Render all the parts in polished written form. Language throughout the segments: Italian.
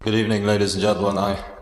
Good evening, ladies and gentlemen.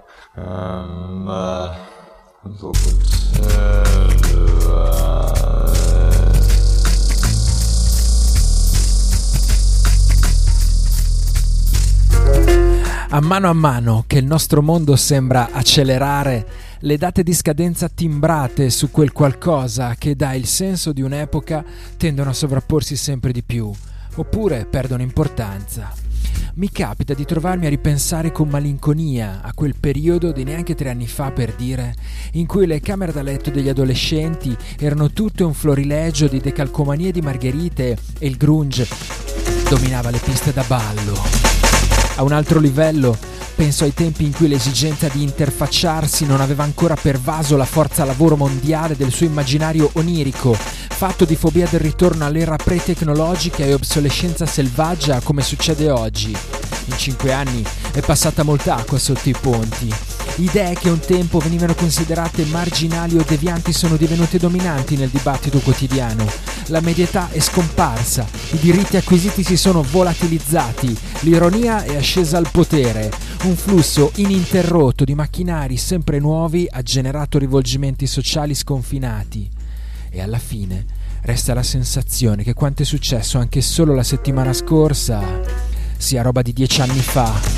A mano che il nostro mondo sembra accelerare, le date di scadenza timbrate su quel qualcosa che dà il senso di un'epoca tendono a sovrapporsi sempre di più, oppure perdono importanza. Mi capita di trovarmi a ripensare con malinconia a quel periodo di neanche 3 anni fa, per dire, in cui le camere da letto degli adolescenti erano tutte un florilegio di decalcomanie di margherite e il grunge dominava le piste da ballo. A un altro livello, penso ai tempi in cui l'esigenza di interfacciarsi non aveva ancora pervaso la forza lavoro mondiale del suo immaginario onirico, fatto di fobia del ritorno all'era pre-tecnologica e obsolescenza selvaggia come succede oggi. In 5 anni è passata molta acqua sotto i ponti. Idee che un tempo venivano considerate marginali o devianti sono divenute dominanti nel dibattito quotidiano. La medietà è scomparsa, i diritti acquisiti si sono volatilizzati, l'ironia è ascesa al potere. Un flusso ininterrotto di macchinari sempre nuovi ha generato rivolgimenti sociali sconfinati. E alla fine resta la sensazione che quanto è successo anche solo la settimana scorsa sia roba di 10 anni fa.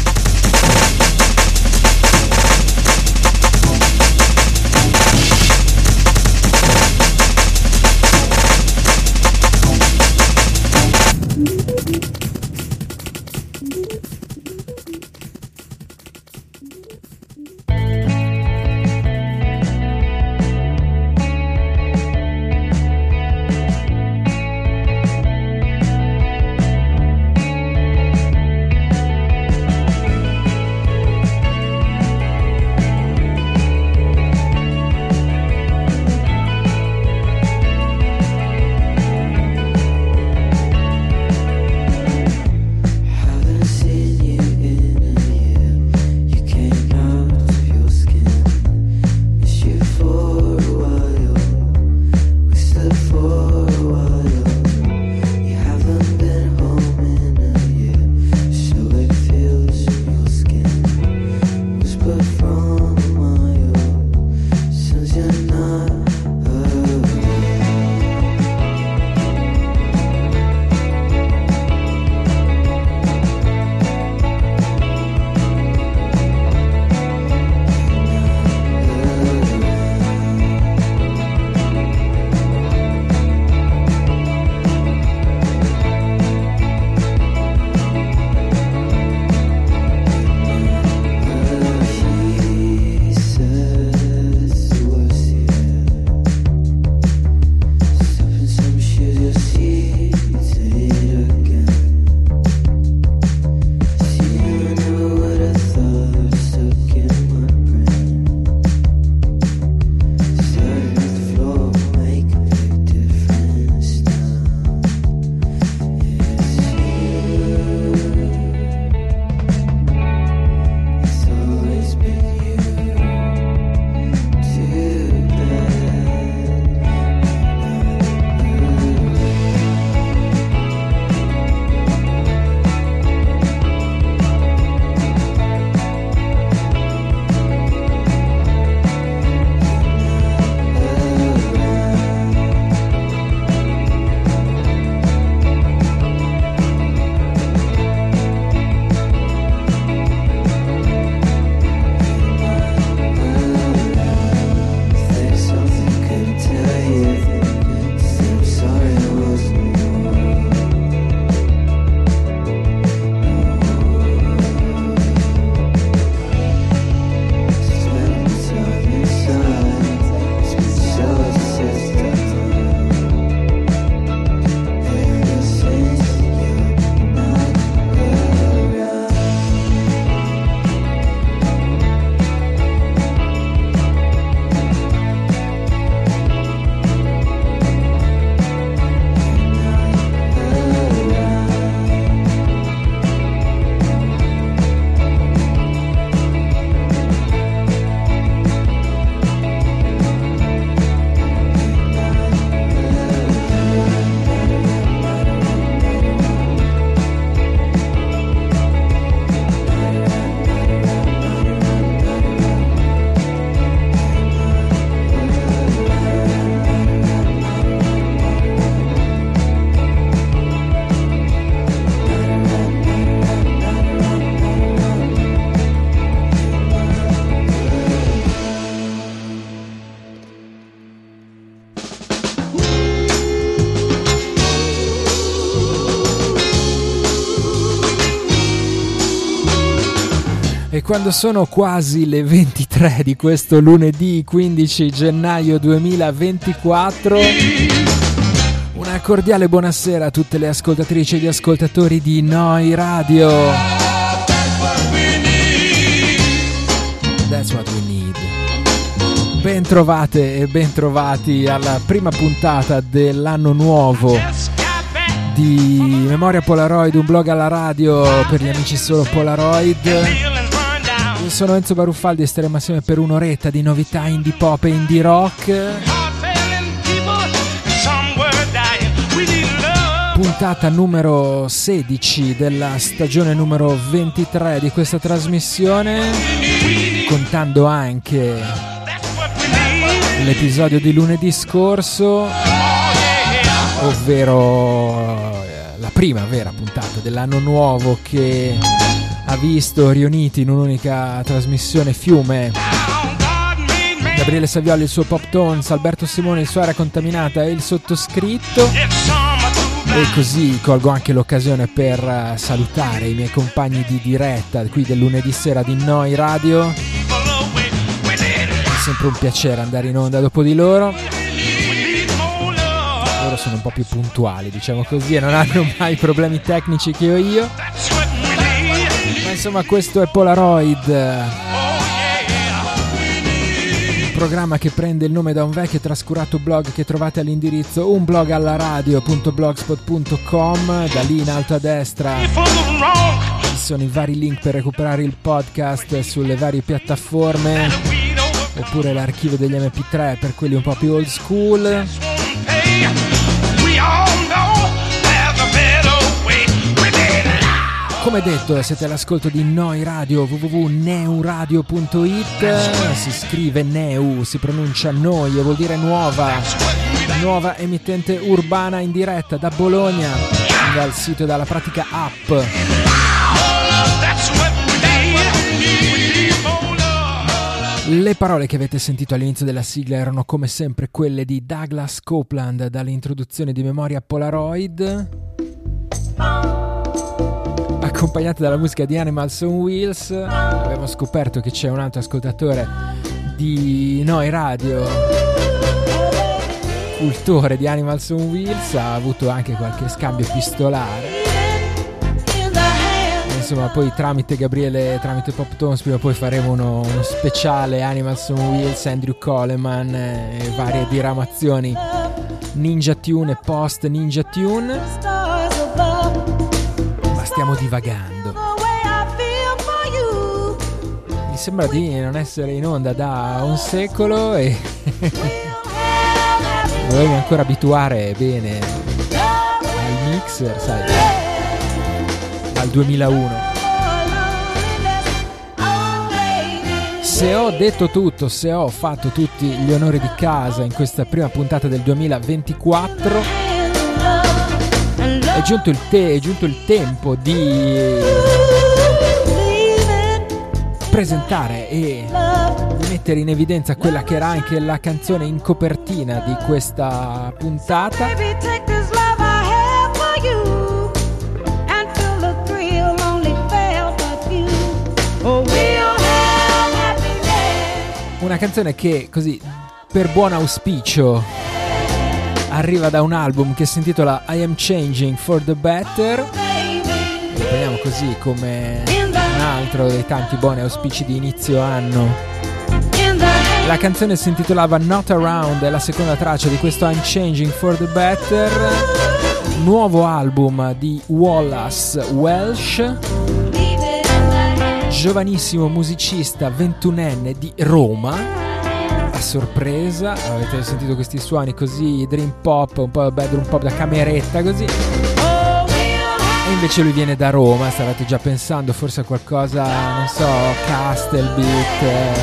E quando sono quasi le 23 di questo lunedì 15 gennaio 2024, una cordiale buonasera a tutte le ascoltatrici e gli ascoltatori di Noi Radio. That's what we need. Bentrovate e bentrovati alla prima puntata dell'anno nuovo di Memoria Polaroid, un blog alla radio per gli amici solo Polaroid. Io sono Enzo Baruffaldi e staremo assieme per un'oretta di novità indie pop e indie rock. Puntata numero 16 della stagione numero 23 di questa trasmissione, contando anche l'episodio di lunedì scorso, ovvero la prima vera puntata dell'anno nuovo che ha visto riuniti in un'unica trasmissione Fiume Gabriele Savioli il suo Pop Tones, Alberto Simone il suo Area Contaminata e il sottoscritto. E così colgo anche l'occasione per salutare i miei compagni di diretta qui del lunedì sera di Noi Radio. È sempre un piacere andare in onda dopo di loro. Loro sono un po' più puntuali, diciamo così, e non hanno mai problemi tecnici che ho io. Ma insomma, questo è Polaroid, un programma che prende il nome da un vecchio e trascurato blog che trovate all'indirizzo unblogallaradio.blogspot.com. Da lì in alto a destra ci sono i vari link per recuperare il podcast sulle varie piattaforme, oppure l'archivio degli MP3 per quelli un po' più old school. Come detto, siete all'ascolto di Noi Radio, www.neuradio.it. Si scrive Neu, si pronuncia Noi e vuol dire nuova emittente urbana in diretta da Bologna, dal sito e dalla pratica app. Le parole che avete sentito all'inizio della sigla erano come sempre quelle di Douglas Copeland dall'introduzione di Memoria Polaroid, accompagnate dalla musica di Animals on Wheels. Abbiamo scoperto che c'è un altro ascoltatore di Noi Radio, cultore di Animals on Wheels, ha avuto anche qualche scambio epistolare. Insomma, poi tramite Gabriele, tramite Pop Tones, prima o poi faremo uno speciale Animals on Wheels, Andrew Coleman e varie diramazioni Ninja Tune e post Ninja Tune. Ma stiamo divagando. Mi sembra di non essere in onda da un secolo e dovevo ancora abituare bene al mixer, sai, al 2001. Se ho detto tutto, se ho fatto tutti gli onori di casa in questa prima puntata del 2024, è giunto il tempo di presentare e mettere in evidenza quella che era anche la canzone in copertina di questa puntata. Una canzone che, così, per buon auspicio, arriva da un album che si intitola I Am Changing for the Better. Lo prendiamo così come un altro dei tanti buoni auspici di inizio anno. La canzone si intitolava Not Around, è la seconda traccia di questo I'm Changing for the Better, nuovo album di Wallace Welsh, giovanissimo musicista 21enne di Roma. A sorpresa, avete sentito questi suoni così dream pop, un po' bedroom pop da cameretta così, e invece lui viene da Roma. Stavate già pensando forse a qualcosa, non so, Castelbeat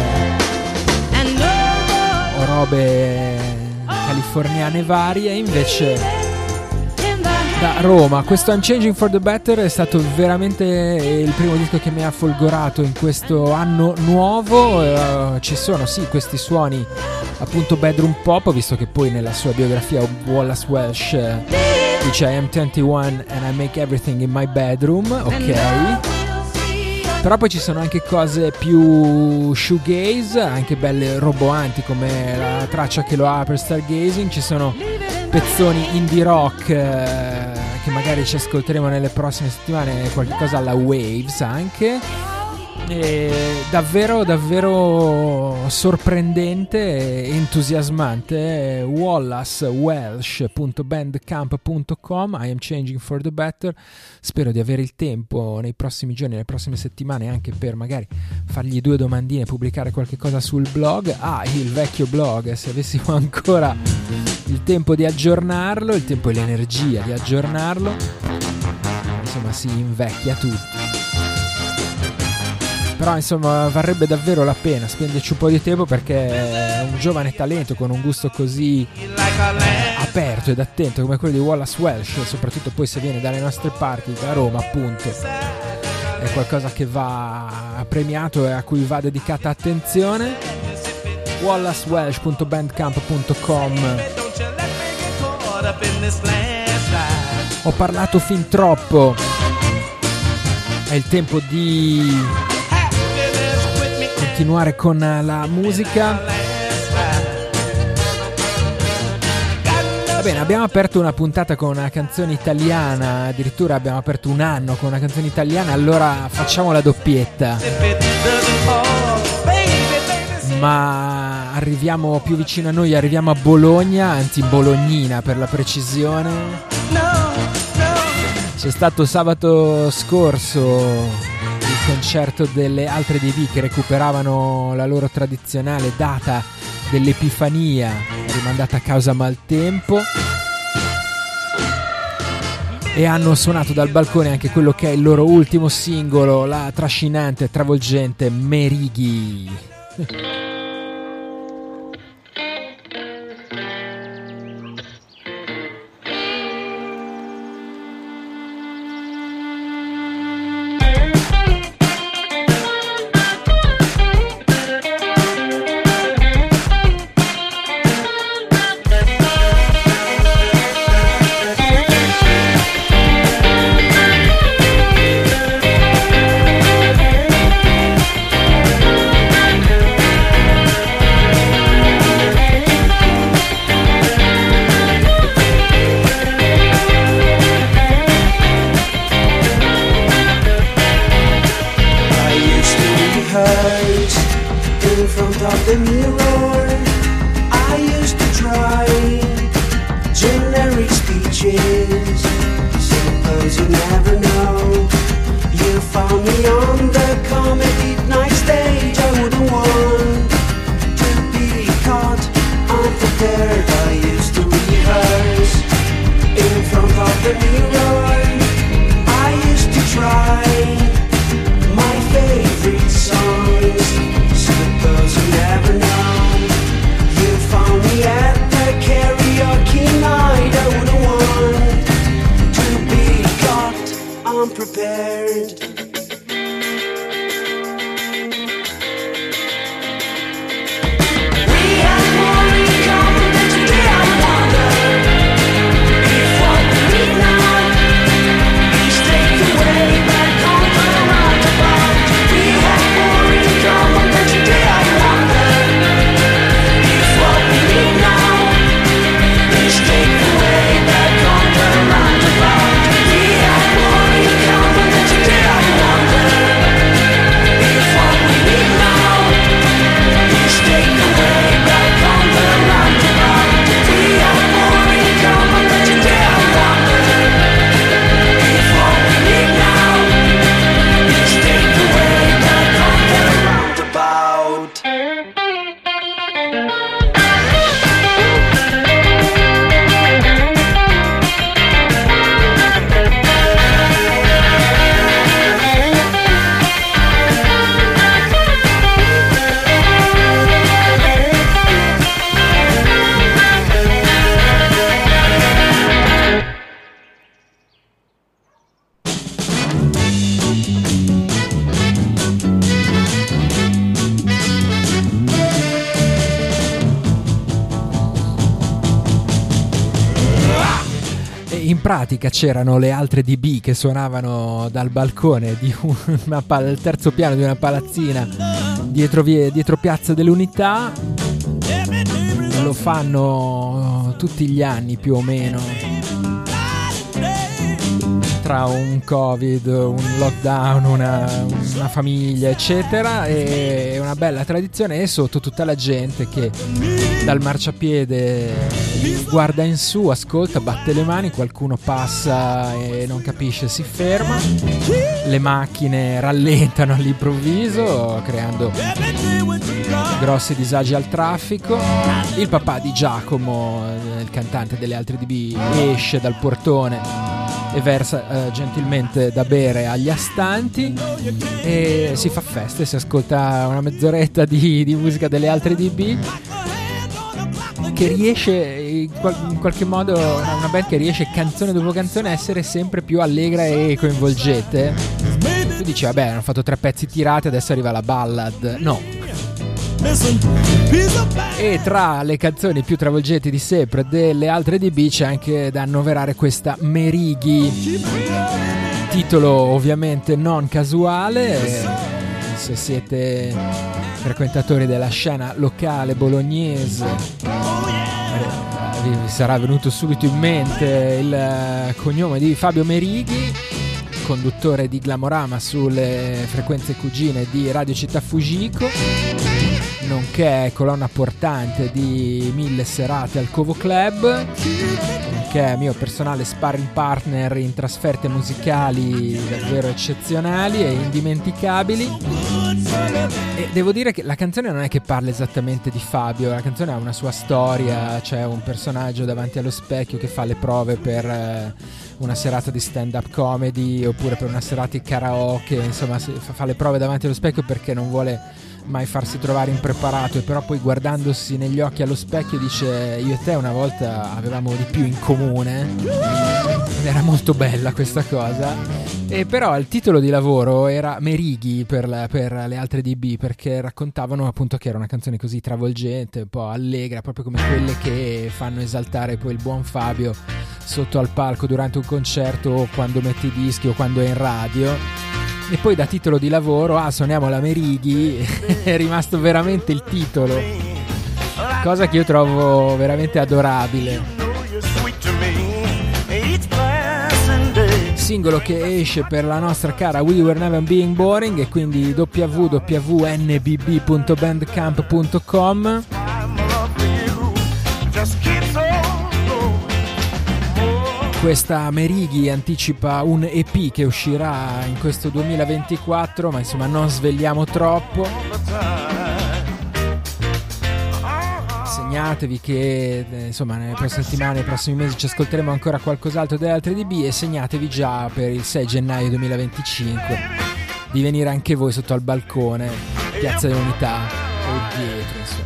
o robe californiane varie, invece da Roma. Questo I'm Changing for the Better è stato veramente il primo disco che mi ha folgorato in questo anno nuovo. Ci sono sì questi suoni appunto bedroom pop, visto che poi nella sua biografia Wallace Welsh dice I am 21 and I make everything in my bedroom, ok, Però poi ci sono anche cose più shoegaze, anche belle roboanti come la traccia che lo ha per Stargazing. Ci sono pezzoni indie rock che magari ci ascolteremo nelle prossime settimane, qualche cosa alla Waves anche. E davvero sorprendente e entusiasmante. wallacewelsh.bandcamp.com. I am changing for the better. Spero di avere il tempo nei prossimi giorni, nelle prossime settimane, anche per magari fargli 2 domandine, pubblicare qualche cosa sul blog. Il vecchio blog, se avessimo ancora il tempo di aggiornarlo, il tempo e l'energia di aggiornarlo, insomma si invecchia tutto. Però insomma varrebbe davvero la pena spenderci un po' di tempo, perché è un giovane talento con un gusto così aperto ed attento come quello di Wallace Welsh, soprattutto poi se viene dalle nostre parti, da Roma appunto, è qualcosa che va premiato e a cui va dedicata attenzione. wallacewelsh.bandcamp.com. Ho parlato fin troppo, è il tempo di continuare con la musica. Va bene, abbiamo aperto una puntata con una canzone italiana, addirittura abbiamo aperto un anno con una canzone italiana, allora facciamo la doppietta. Ma arriviamo più vicino a noi, arriviamo a Bologna, anzi Bolognina per la precisione. C'è stato sabato scorso il concerto delle Altre DV che recuperavano la loro tradizionale data dell'Epifania, rimandata a causa maltempo, e hanno suonato dal balcone anche quello che è il loro ultimo singolo, la trascinante e travolgente Merighi. My favorite songs, suppose you never know. pratica c'erano le altre DB che suonavano dal balcone di al terzo piano di una palazzina dietro Piazza dell'Unità. Lo fanno tutti gli anni più o meno, tra un Covid, un lockdown, una famiglia eccetera, e una bella tradizione. E sotto tutta la gente che dal marciapiede guarda in su, ascolta, batte le mani, qualcuno passa e non capisce, si ferma, le macchine rallentano all'improvviso creando grossi disagi al traffico. Il papà di Giacomo, il cantante delle altre DB, esce dal portone e versa gentilmente da bere agli astanti e si fa festa e si ascolta una mezz'oretta di musica delle altre DB, che riesce in qualche modo, una band che riesce canzone dopo canzone a essere sempre più allegra e coinvolgente. Tu dici vabbè, hanno fatto 3 pezzi tirati, adesso arriva la ballad. No. E tra le canzoni più travolgenti di sempre delle altre DB c'è anche da annoverare questa Merighi, titolo ovviamente non casuale. Se siete frequentatori della scena locale bolognese vi sarà venuto subito in mente il cognome di Fabio Merighi, conduttore di Glamorama sulle frequenze cugine di Radio Città Fujiko, nonché colonna portante di 1000 serate al Covo Club, nonché mio personale sparring partner in trasferte musicali davvero eccezionali e indimenticabili. E devo dire che la canzone non è che parla esattamente di Fabio, la canzone ha una sua storia, c'è un personaggio davanti allo specchio che fa le prove per una serata di stand-up comedy oppure per una serata di karaoke, insomma fa le prove davanti allo specchio perché non vuole mai farsi trovare impreparato, e però poi guardandosi negli occhi allo specchio dice: io e te una volta avevamo di più in comune, ed era molto bella questa cosa. E però il titolo di lavoro era Merighi per le altre DB, perché raccontavano appunto che era una canzone così travolgente, un po' allegra, proprio come quelle che fanno esaltare poi il buon Fabio sotto al palco durante un concerto o quando mette i dischi o quando è in radio. E poi da titolo di lavoro, suoniamo la Merighi, è rimasto veramente il titolo, cosa che io trovo veramente adorabile. Singolo che esce per la nostra cara We Were Never Being Boring, e quindi www.nbb.bandcamp.com. Questa Merighi anticipa un EP che uscirà in questo 2024, ma insomma non svegliamo troppo. Segnatevi che insomma nelle prossime settimane, nei prossimi mesi ci ascolteremo ancora qualcos'altro delle altre DB, e segnatevi già per il 6 gennaio 2025 di venire anche voi sotto al balcone, Piazza dell'Unità o dietro, insomma.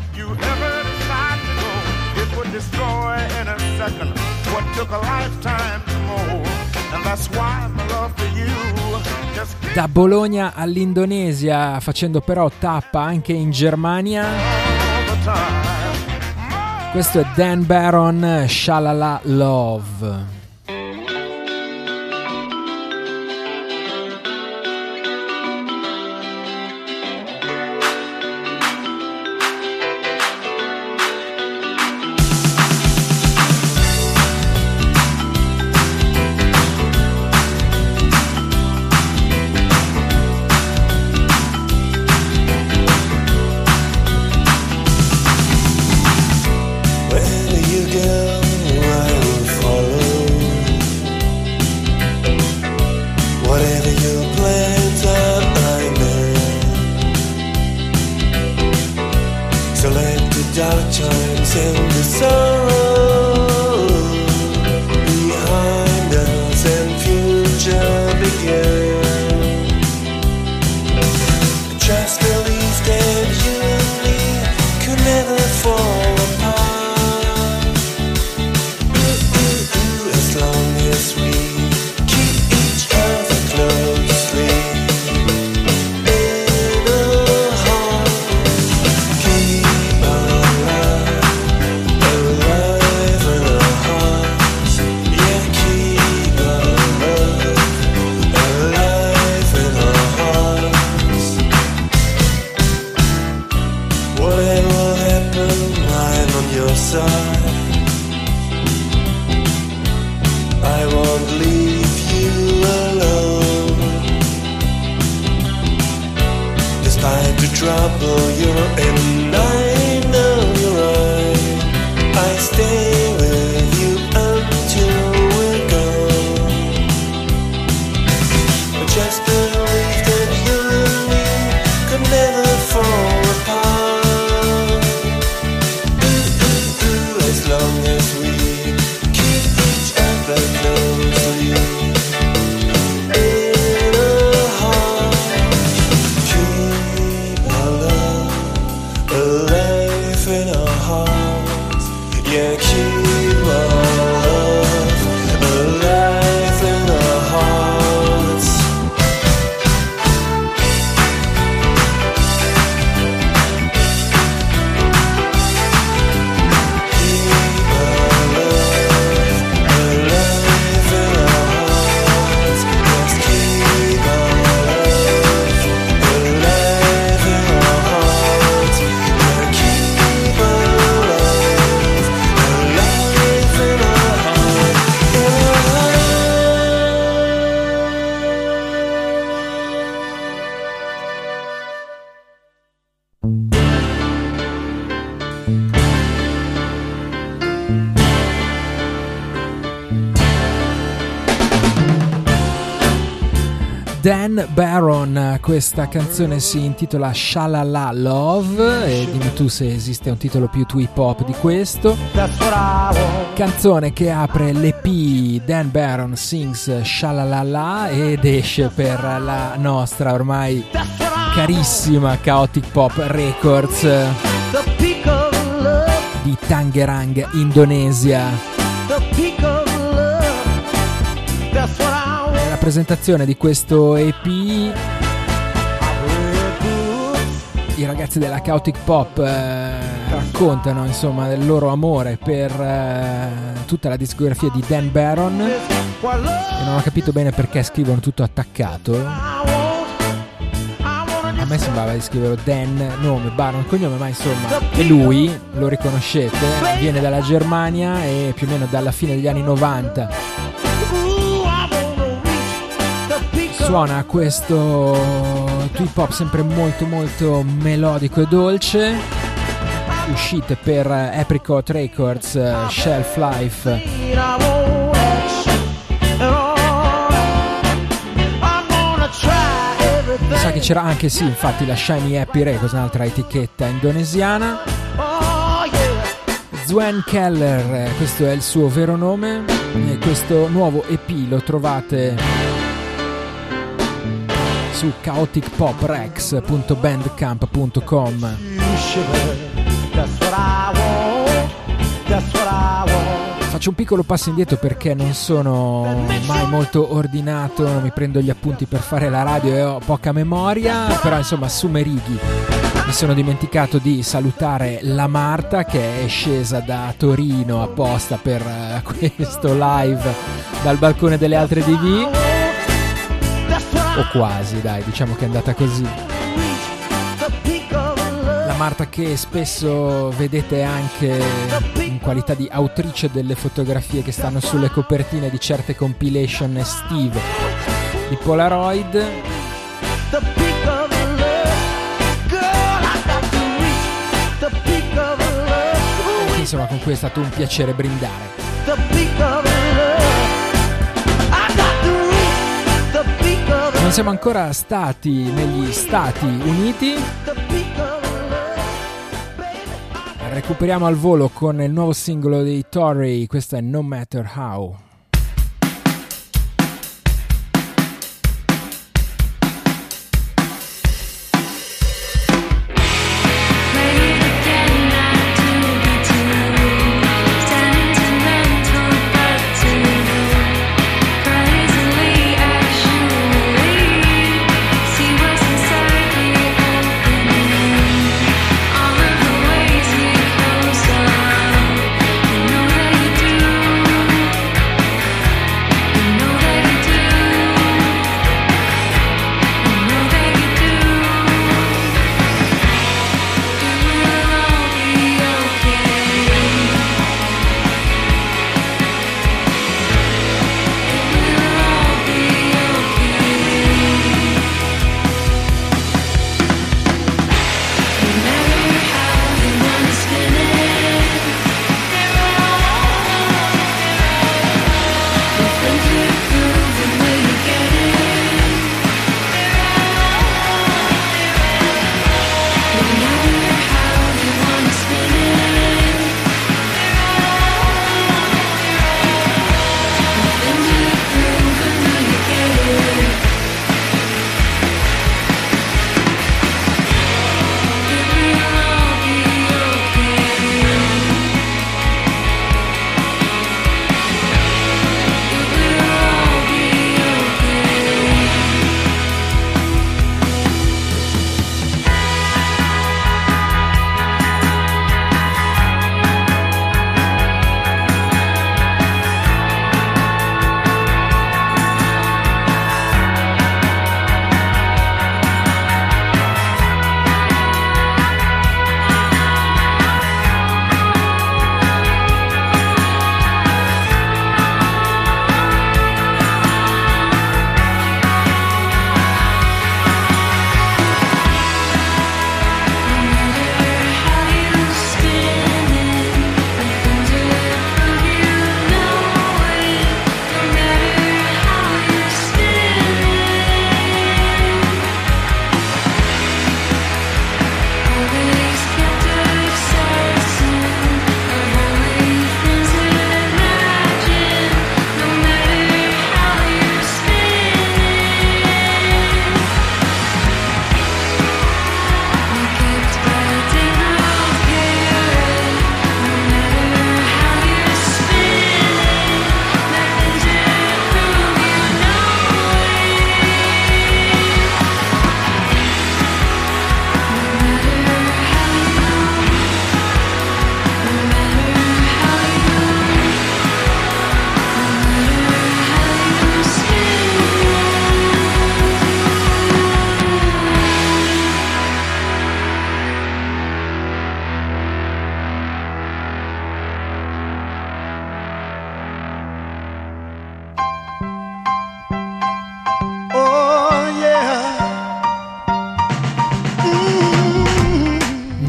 Da Bologna all'Indonesia, facendo però tappa anche in Germania, questo è Dan Baron, Shalala Love. Oh, side. I won't leave you alone. Despite the trouble you're in, I know you're right. I stay with you until we're gone. Just believe that you and me could never fall apart. As long as we keep each other closely in our hearts. Keep our love alive in our hearts. Yeah, keep our love alive in our hearts. Keep our love alive in our hearts. Yes, keep our love alive in our hearts. Yeah, keep our love alive in our Dan Baron, questa canzone si intitola Shalala Love e dimmi tu se esiste un titolo più hip hop di questo. Canzone che apre l'EP Dan Baron Sings Shalala ed esce per la nostra ormai carissima Chaotic Pop Records di Tangerang, Indonesia. La presentazione di questo EP, i ragazzi della Chaotic Pop raccontano insomma del loro amore per tutta la discografia di Dan Baron e non ho capito bene perché scrivono tutto attaccato. A me sembrava di scriverlo Dan nome, Baron cognome, ma insomma è lui, lo riconoscete, viene dalla Germania e più o meno dalla fine degli anni 90 suona questo hip hop sempre molto molto melodico e dolce. Uscite per Apricot Records, Shelf Life. Sa che c'era anche sì, infatti la Shiny Happy Records, un'altra etichetta indonesiana. Zwen Keller, questo è il suo vero nome, e questo nuovo EP lo trovate su chaoticpoprex.bandcamp.com. Faccio un piccolo passo indietro perché non sono mai molto ordinato, non mi prendo gli appunti per fare la radio e ho poca memoria, però insomma su Merighi mi sono dimenticato di salutare la Marta che è scesa da Torino apposta per questo live dal balcone delle altre DV. O quasi, dai, diciamo che è andata così. La Marta che spesso vedete anche in qualità di autrice delle fotografie che stanno sulle copertine di certe compilation estive di Polaroid. E insomma, con cui è stato un piacere brindare. Non siamo ancora stati negli Stati Uniti. Recuperiamo al volo con il nuovo singolo dei Tory, questo è No Matter How.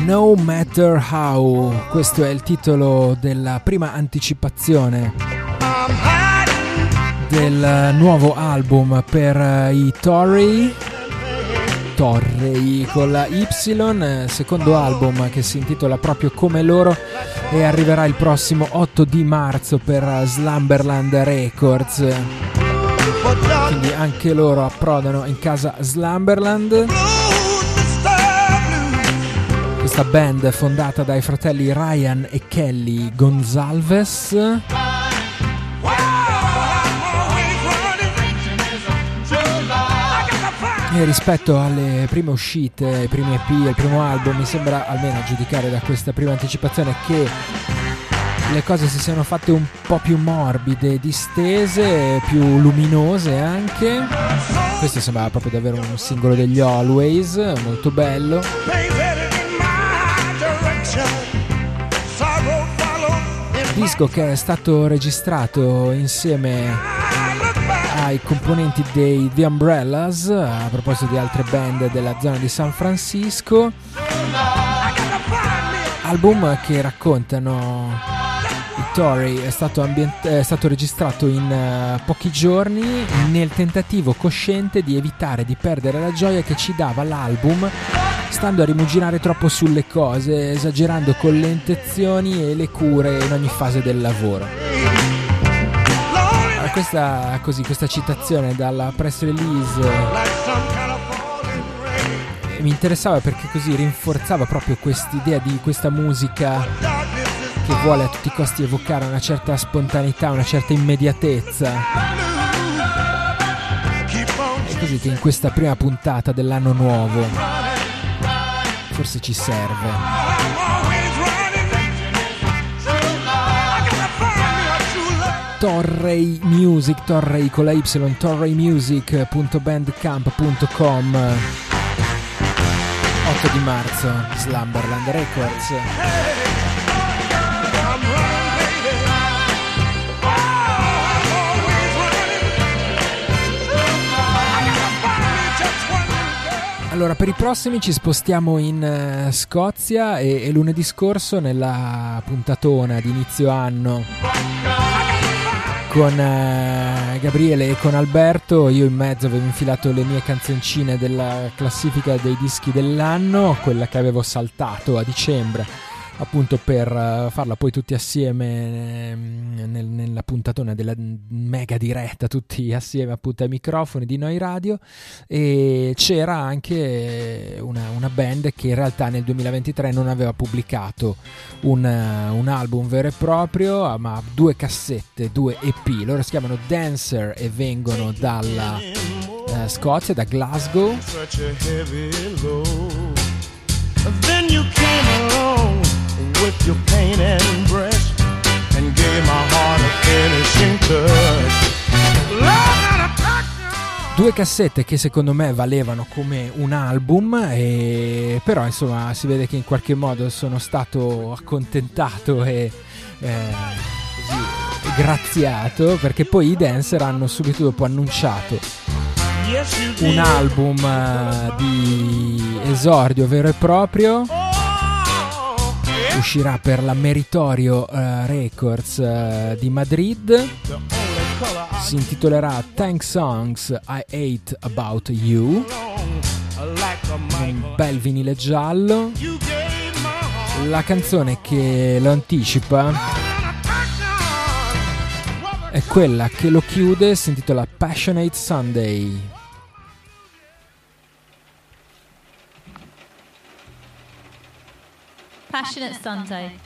No Matter How, questo è il titolo della prima anticipazione del nuovo album per i Torrey con la Y, secondo album che si intitola proprio come loro e arriverà il prossimo 8 di marzo per Slumberland Records, quindi anche loro approdano in casa Slumberland. Questa band fondata dai fratelli Ryan e Kelly Gonzalez, e rispetto alle prime uscite, ai primi EP, al primo album, mi sembra, almeno a giudicare da questa prima anticipazione, che le cose si siano fatte un po' più morbide, distese, più luminose anche. Questo sembrava proprio davvero un singolo degli Always, molto bello. Disco che è stato registrato insieme ai componenti dei The Umbrellas, a proposito di altre band della zona di San Francisco. Album che raccontano i Torrey è stato registrato in pochi giorni nel tentativo cosciente di evitare di perdere la gioia che ci dava l'album, stando a rimuginare troppo sulle cose, esagerando con le intenzioni e le cure in ogni fase del lavoro. Questa citazione dalla press release mi interessava perché così rinforzava proprio quest'idea di questa musica che vuole a tutti i costi evocare una certa spontaneità, una certa immediatezza. È così che in questa prima puntata dell'anno nuovo forse ci serve. Torrey Music, Torrey con la Y, torreymusic.bandcamp.com. 8 di marzo, Slumberland Records. Allora, per i prossimi ci spostiamo in Scozia e lunedì scorso, nella puntatona di inizio anno con Gabriele e con Alberto, io in mezzo avevo infilato le mie canzoncine della classifica dei dischi dell'anno, quella che avevo saltato a dicembre, appunto per farla poi tutti assieme nella puntatona della mega diretta, tutti assieme appunto ai microfoni di Noi Radio. E c'era anche una band che in realtà nel 2023 non aveva pubblicato un album vero e proprio, ma 2 cassette, 2 EP. Loro si chiamano Dancer e vengono dalla Scozia, da Glasgow. Then you came along with your paint and brush and gave my heart a finishing touch. 2 cassette che secondo me valevano come un album, però insomma si vede che in qualche modo sono stato accontentato e così graziato, perché poi i Dancer hanno subito dopo annunciato un album di esordio vero e proprio. Uscirà per la Meritorio Records di Madrid. Si intitolerà Thank Songs I Hate About You. Un bel vinile giallo. La canzone che lo anticipa è quella che lo chiude, si intitola Passionate Sunday. Passionate Sunday.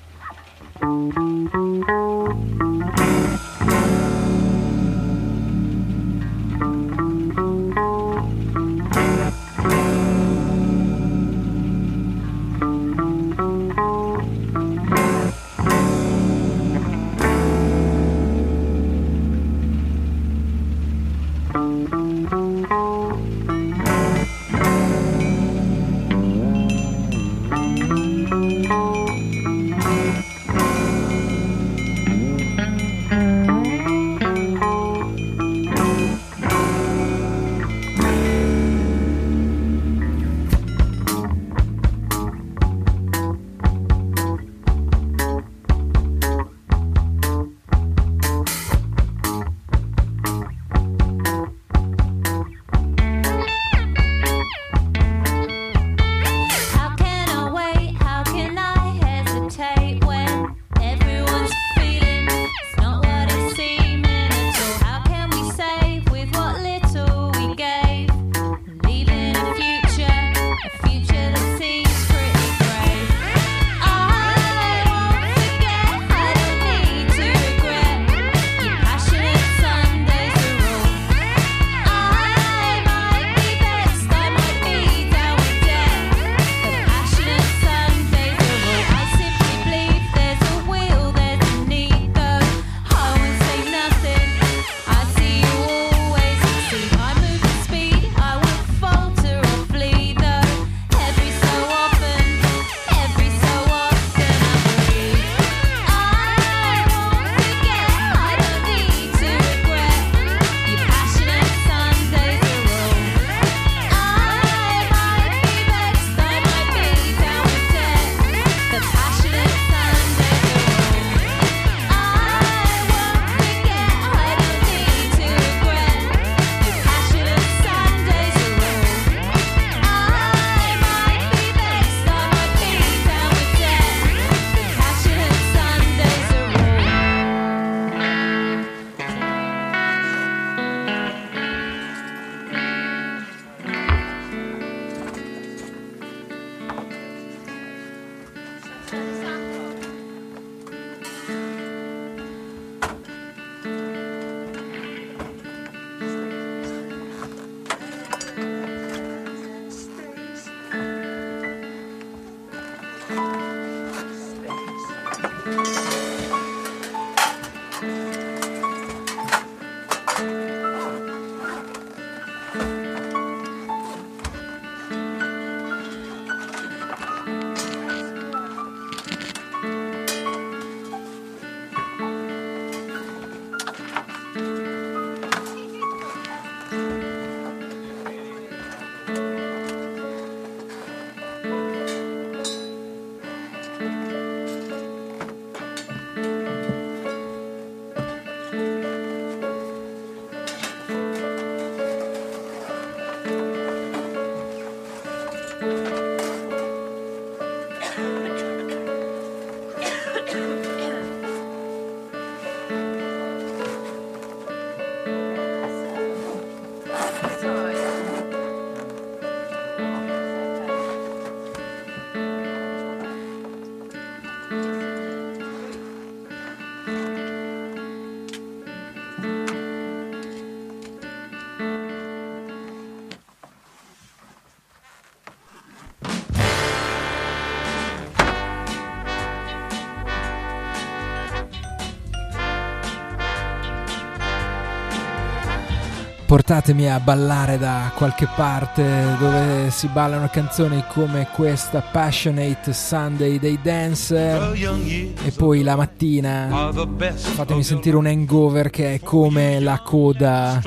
Portatemi a ballare da qualche parte dove si ballano canzoni come questa Passionate Sunday dei Dancer, e poi la mattina fatemi sentire un hangover che è come la coda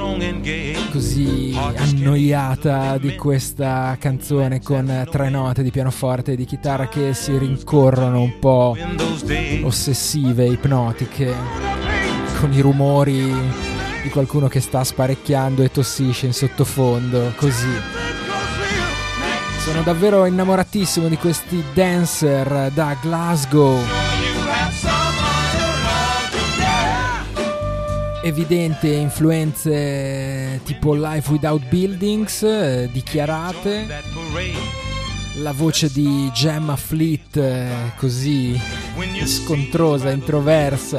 così annoiata di questa canzone, con 3 note di pianoforte e di chitarra che si rincorrono un po' ossessive, ipnotiche, con i rumori di qualcuno che sta sparecchiando e tossisce in sottofondo, così. Sono davvero innamoratissimo di questi Dancer da Glasgow. Evidente influenze tipo Life Without Buildings, dichiarate. La voce di Gemma Fleet, così scontrosa, introversa,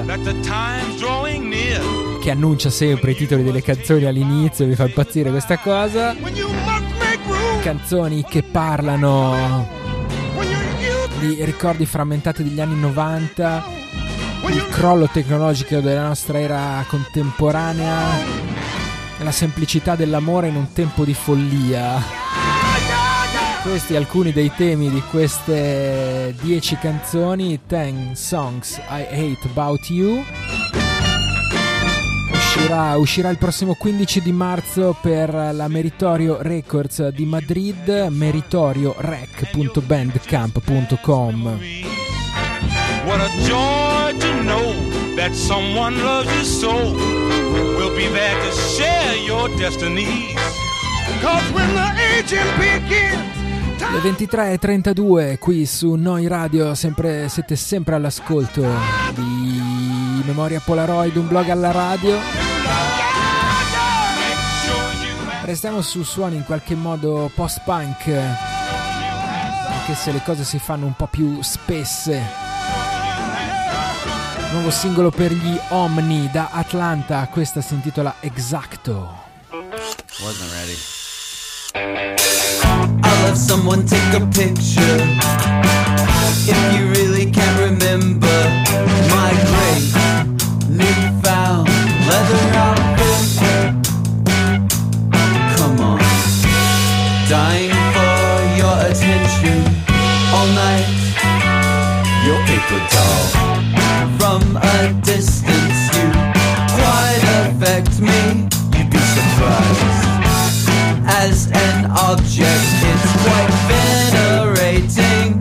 che annuncia sempre i titoli delle canzoni all'inizio, mi fa impazzire questa cosa. Canzoni che parlano di ricordi frammentati degli anni 90, il crollo tecnologico della nostra era contemporanea e la semplicità dell'amore in un tempo di follia. Questi alcuni dei temi di queste 10 canzoni, 10 Songs I Hate About You. Uscirà il prossimo 15 di marzo per la Meritorio Records di Madrid, meritoriorec.bandcamp.com. What a joy to know that someone loves you so. We'll be there to share your destinies. 'Cause when the aging begins. Le 23:32 qui su Noi Radio, siete sempre all'ascolto di Memoria Polaroid, un blog alla radio. Restiamo su suoni in qualche modo post-punk, anche se le cose si fanno un po' più spesse. Nuovo singolo per gli Omni da Atlanta, questa si intitola Exacto. Wasn't ready. I'll have someone take a picture. If you really can't remember my great newfound leather outfit, come on, dying for your attention all night. Your paper doll, from a distance you quite affect me. You'd be surprised. As an object, it's quite venerating.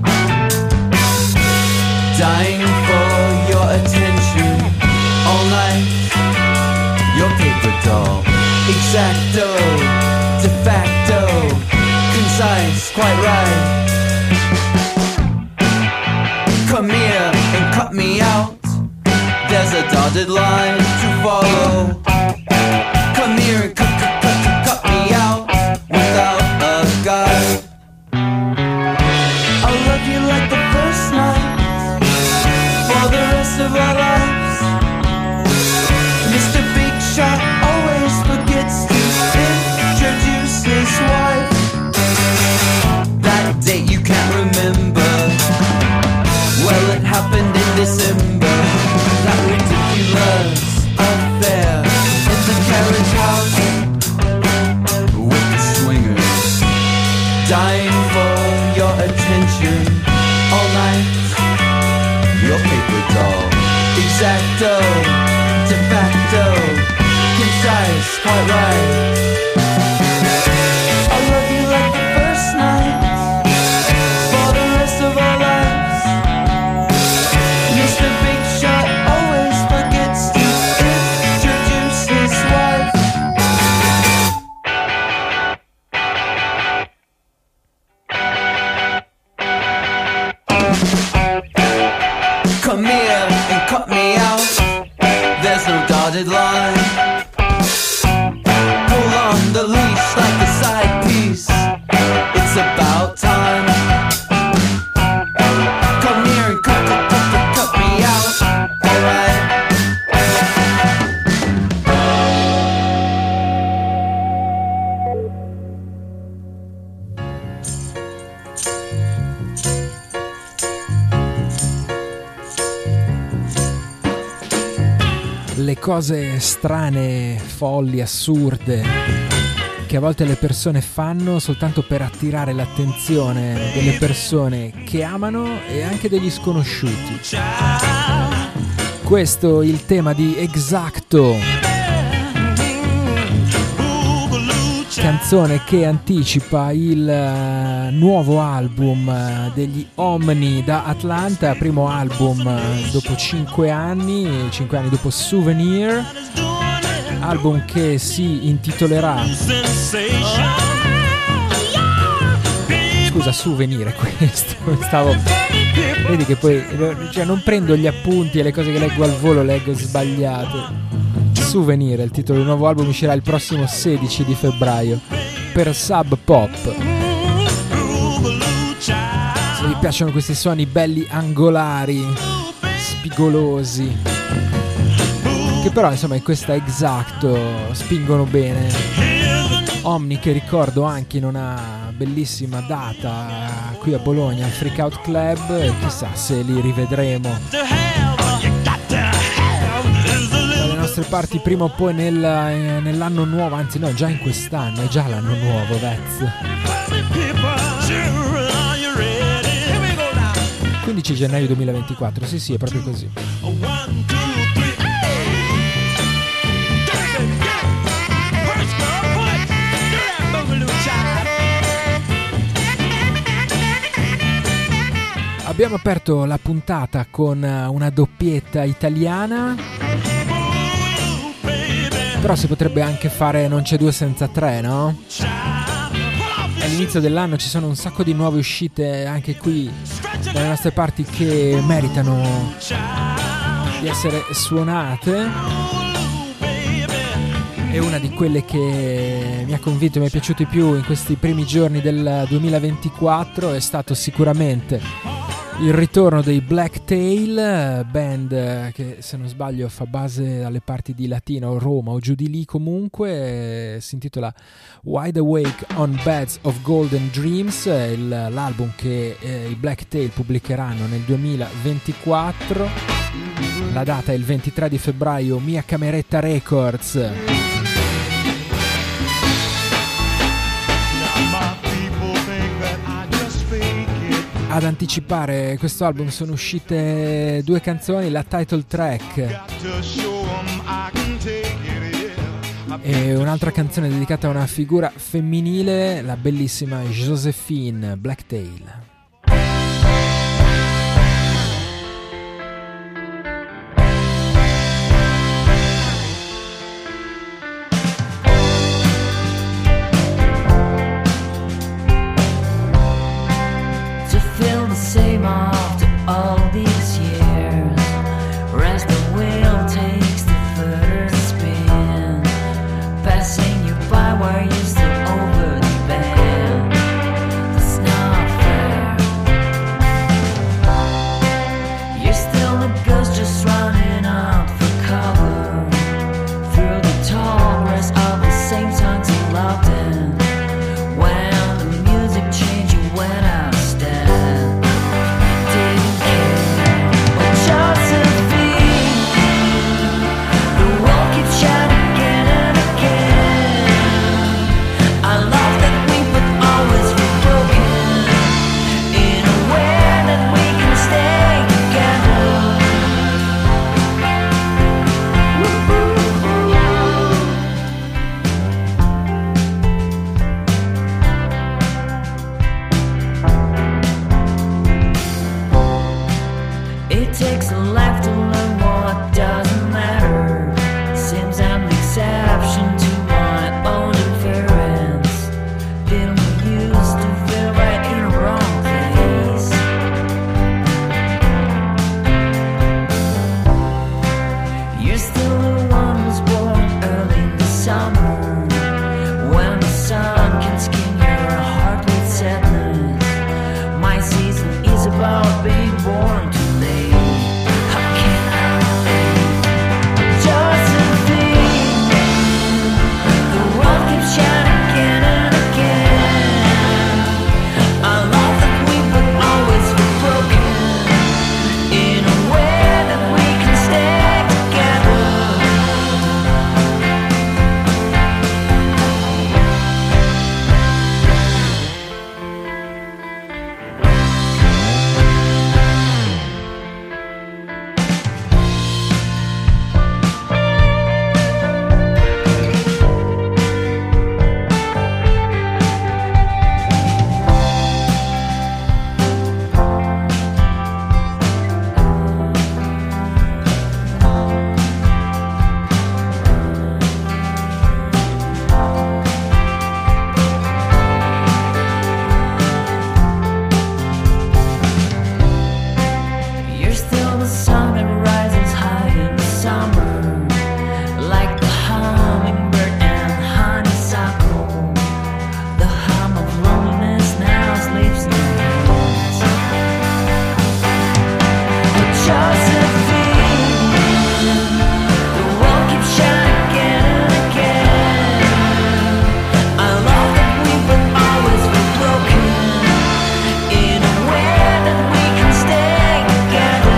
Dying for your attention all night. Your paper doll, exacto, de facto, concise, quite right. Come here and cut me out. There's a dotted line to follow. Come here and cut me out without a guide. I'll love you like the first night. rest of our lives. Mr. Big Shot always forgets to introduce his wife. That date you can't remember. Well, it happened in December. That ridiculous affair in the carriage house with the swingers dying for your attention all night. Your paper doll, exacto, de facto, concise, quite right. I love you like the first night, for the rest of our lives. Mr. Big Shot always forgets to introduce his wife. Come here and cut me out. There's no dotted line. Pull on the leash like a side piece. It's about time. Come here and cut me out. Alright. Le cose strane, folli, assurde che a volte le persone fanno soltanto per attirare l'attenzione delle persone che amano e anche degli sconosciuti. Questo è il tema di Exacto, canzone che anticipa il nuovo album degli Omni da Atlanta, primo album dopo 5 anni dopo Souvenir, album che si intitolerà scusa, Souvenir è questo, vedi che poi non prendo gli appunti e le cose che leggo al volo, leggo sbagliate. Souvenir è il titolo del nuovo album, uscirà il prossimo 16 di febbraio per Sub Pop. Se vi piacciono questi suoni belli angolari, spigolosi, che però insomma in questa Exacto spingono bene. Omni, che ricordo anche in una bellissima data qui a Bologna al Freak Out Club, e chissà se li rivedremo parti prima o poi nell'anno nuovo, anzi no, già in quest'anno, è già l'anno nuovo, Vez. 15 gennaio 2024, sì, è proprio così. Abbiamo aperto la puntata con una doppietta italiana. Però si potrebbe anche fare Non c'è due senza tre, no? All'inizio dell'anno ci sono un sacco di nuove uscite anche qui dalle nostre parti che meritano di essere suonate. E una di quelle che mi ha convinto e mi è piaciuto di più in questi primi giorni del 2024 è stato sicuramente il ritorno dei Blacktail, band che se non sbaglio fa base alle parti di Latina o Roma o giù di lì comunque. Si intitola Wide Awake on Beds of Golden Dreams, l'album che i Blacktail pubblicheranno nel 2024. La data è il 23 di febbraio, Mia Cameretta Records. Ad anticipare questo album sono uscite 2 canzoni, la title track e un'altra canzone dedicata a una figura femminile, la bellissima Josephine Blacktail. After all these years, as the wheel takes the further spin, passing you by while you're still over the bend. It's not fair. takes a life to learn what doesn't matter. Seems I'm the exception to my own inference. Didn't we used to feel right in the wrong place? You're still the one who's born early in the summer, when the sun can skin your heart with sadness. My season is about being born too late. How can I relate? Josephine, the world keeps shining again and again. I love that we will always be broken in a way that we can stay together. You're still the sun that rises high in the summer, like the hummingbird and honeysuckle. The hum of loneliness now sleeps in the hills. But Josephine, the world keeps shining again and again. I love that we will always be broken in a way that we can stay together.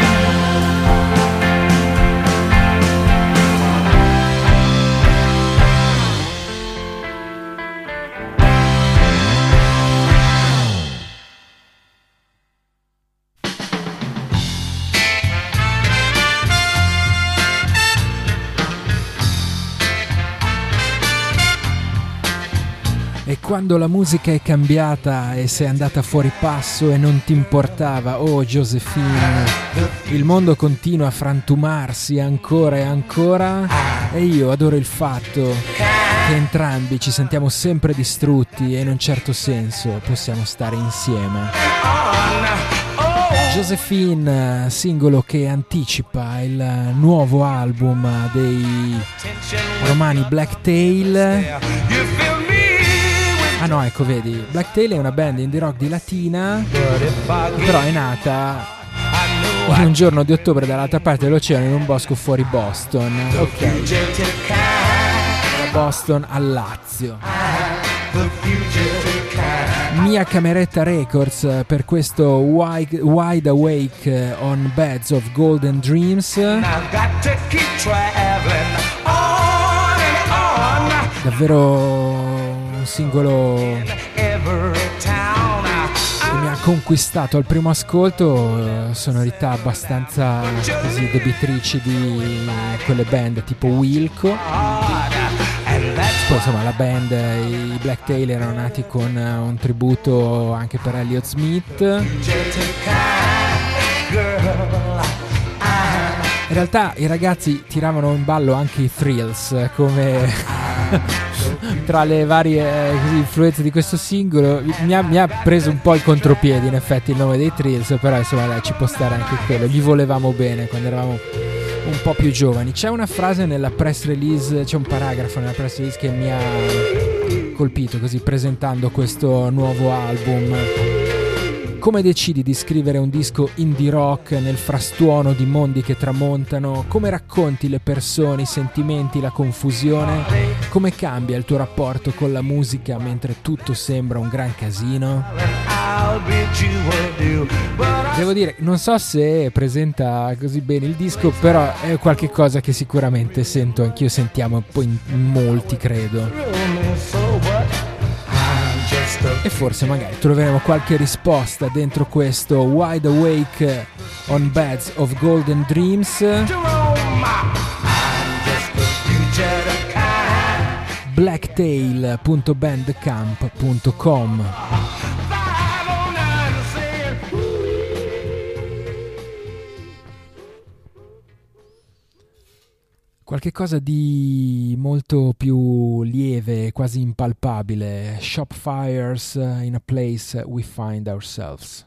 E quando la musica è cambiata e sei andata fuori passo e non ti importava, oh Josephine, il mondo continua a frantumarsi ancora e ancora, e io adoro il fatto che entrambi ci sentiamo sempre distrutti e in un certo senso possiamo stare insieme. Josephine, singolo che anticipa il nuovo album dei romani Blacktail. Ah no, ecco, vedi, Blacktail è una band indie rock di Latina, però è nata in un giorno di ottobre dall'altra parte dell'oceano in un bosco fuori Boston. Ok, da Boston al Lazio. Mia Cameretta Records per questo Wide Awake on Beds of Golden Dreams. Davvero un singolo che mi ha conquistato al primo ascolto, sonorità abbastanza così debitrici di quelle band tipo Wilco. Poi insomma la band, i Blacktail, erano nati con un tributo anche per Elliott Smith. In realtà i ragazzi tiravano in ballo anche i Thrills come tra le varie così, influenze di questo singolo. Mi ha preso un po' il contropiede in effetti il nome dei Thrills, però insomma dai, ci può stare anche quello, gli volevamo bene quando eravamo un po' più giovani. C'è una frase nella press release, c'è un paragrafo nella press release che mi ha colpito così presentando questo nuovo album. Come decidi di scrivere un disco indie rock nel frastuono di mondi che tramontano? Come racconti le persone, i sentimenti, la confusione? Come cambia il tuo rapporto con la musica mentre tutto sembra un gran casino? Devo dire, non so se presenta così bene il disco, però è qualche cosa che sicuramente sento anch'io, sentiamo un po' in molti, credo. E forse magari troveremo qualche risposta dentro questo Wide Awake on Beds of Golden Dreams. blacktail.bandcamp.com. Qualche cosa di molto più lieve, quasi impalpabile. Shop fires in a place we find ourselves.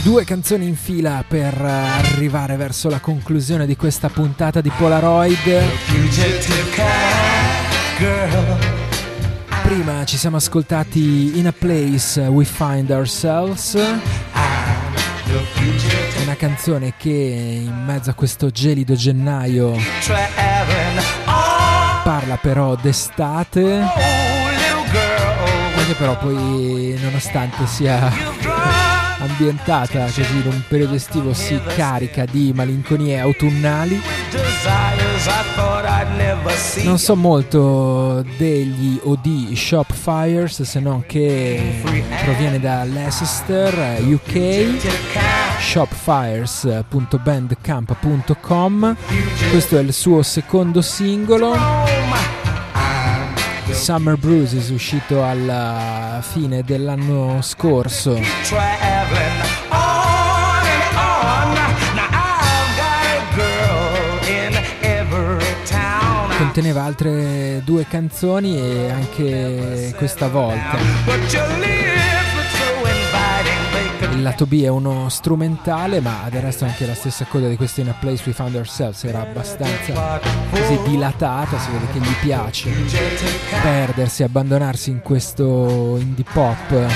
2 canzoni in fila per arrivare verso la conclusione di questa puntata di Polaroid. Prima ci siamo ascoltati In a Place We Find Ourselves, una canzone che in mezzo a questo gelido gennaio parla però d'estate, anche però poi nonostante sia ambientata così in un periodo estivo si carica di malinconie autunnali. Non so molto degli OD Shop Fires, se non che proviene da Leicester, UK, shopfires.bandcamp.com. Questo è il suo secondo singolo, Summer Bruises, uscito alla fine dell'anno scorso. Conteneva altre 2 canzoni e anche questa volta il lato B è uno strumentale, ma del resto anche la stessa coda di questo In a Place We Found Ourselves era abbastanza così dilatata, si vede che gli piace perdersi, abbandonarsi in questo indie pop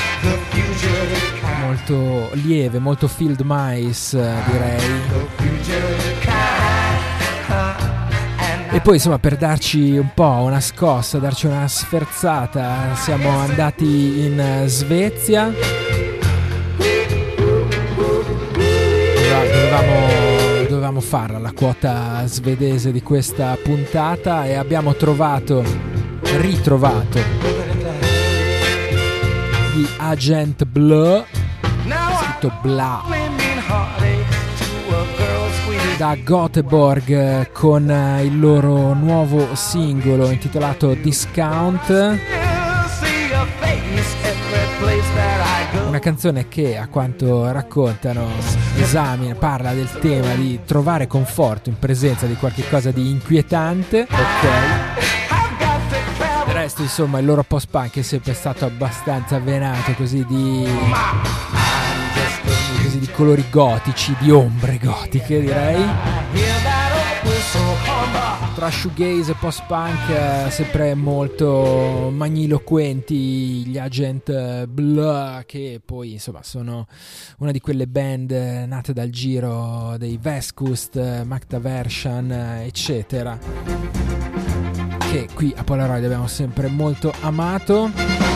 molto lieve, molto field mice direi. E poi insomma, per darci un po' una scossa, darci una sferzata, siamo andati in Svezia. Dovevamo farla la quota svedese di questa puntata e abbiamo ritrovato gli Agent Bleu, scritto Bla, da Göteborg, con il loro nuovo singolo intitolato Discount. Una canzone che, a quanto raccontano, parla del tema di trovare conforto in presenza di qualche cosa di inquietante. Ok. Del resto, insomma, il loro post-punk è sempre stato abbastanza avvenato, così di colori gotici, di ombre gotiche, direi. Tra shoegaze e post-punk sempre molto magniloquenti gli Agent Bleu, che poi insomma sono una di quelle band nate dal giro dei Westkust, Magdaversion, eccetera, che qui a Polaroid abbiamo sempre molto amato.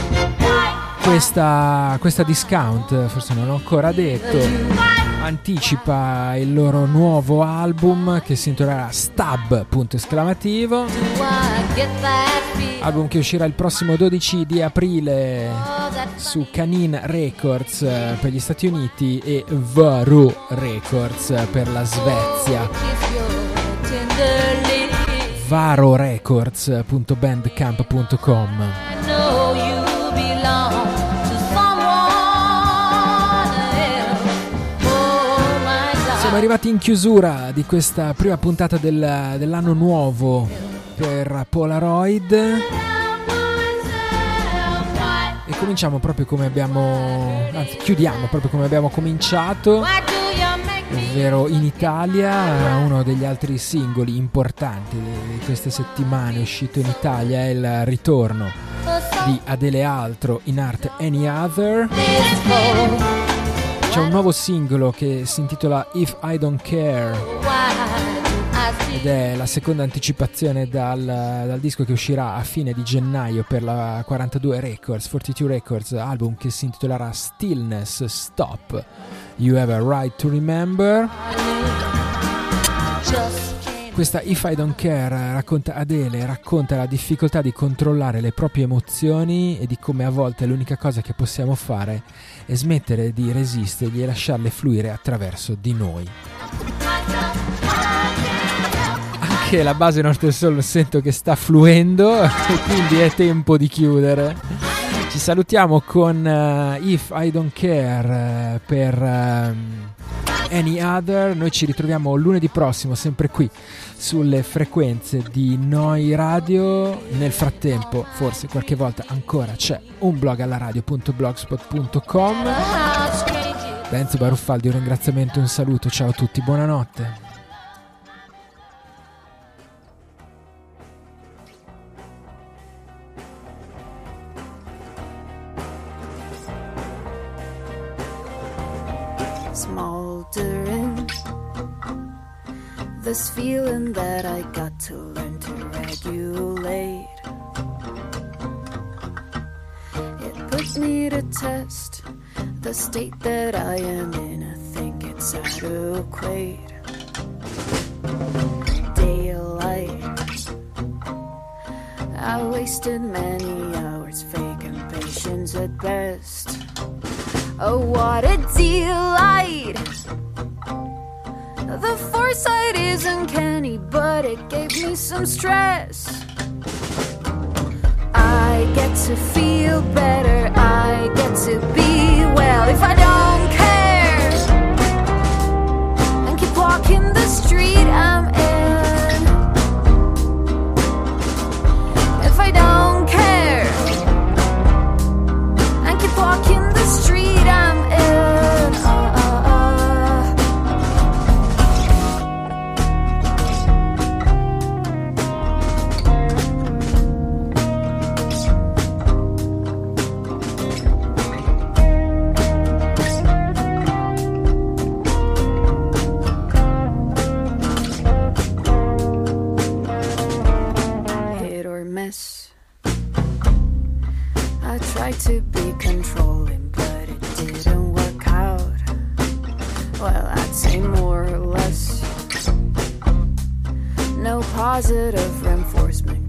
Questa Discount, forse non l'ho ancora detto, anticipa il loro nuovo album che si intitolerà Stab! Album che uscirà il prossimo 12 di aprile su Canin Records per gli Stati Uniti e Varo Records per la Svezia. varorecords.bandcamp.com. Siamo arrivati in chiusura di questa prima puntata dell'anno nuovo per Polaroid e cominciamo proprio come chiudiamo proprio come abbiamo cominciato, ovvero in Italia. Uno degli altri singoli importanti di queste settimane uscito in Italia è il ritorno di Adele Altro, In Art Any Other. C'è un nuovo singolo che si intitola If I Don't Care ed è la seconda anticipazione dal disco che uscirà a fine di gennaio per la 42 Records, album che si intitolerà Stillness Stop You Have a Right to Remember. Questa If I Don't Care Adele racconta la difficoltà di controllare le proprie emozioni e di come a volte l'unica cosa che possiamo fare è smettere di resistergli e lasciarle fluire attraverso di noi. Anche la base Norte Sol sento che sta fluendo e quindi è tempo di chiudere. Ci salutiamo con If I Don't Care per Any Other. Noi ci ritroviamo lunedì prossimo sempre qui sulle frequenze di Noi Radio. Nel frattempo, forse qualche volta ancora, c'è un blog alla radio.blogspot.com. Da Enzo Baruffaldi un ringraziamento e un saluto, ciao a tutti, buonanotte. Smoldering, this feeling that I got to learn to regulate. It put me to test, the state that I am in, I think it's adequate. Daylight, I wasted many hours faking patience at best. Oh, what a delight! The foresight is uncanny, but it gave me some stress. I get to feel better, I get to be well. If I don't care and keep walking the street I'm in, if I don't care and keep walking the street I'm in, I tried to be controlling, but it didn't work out. Well, I'd say more or less. No positive reinforcement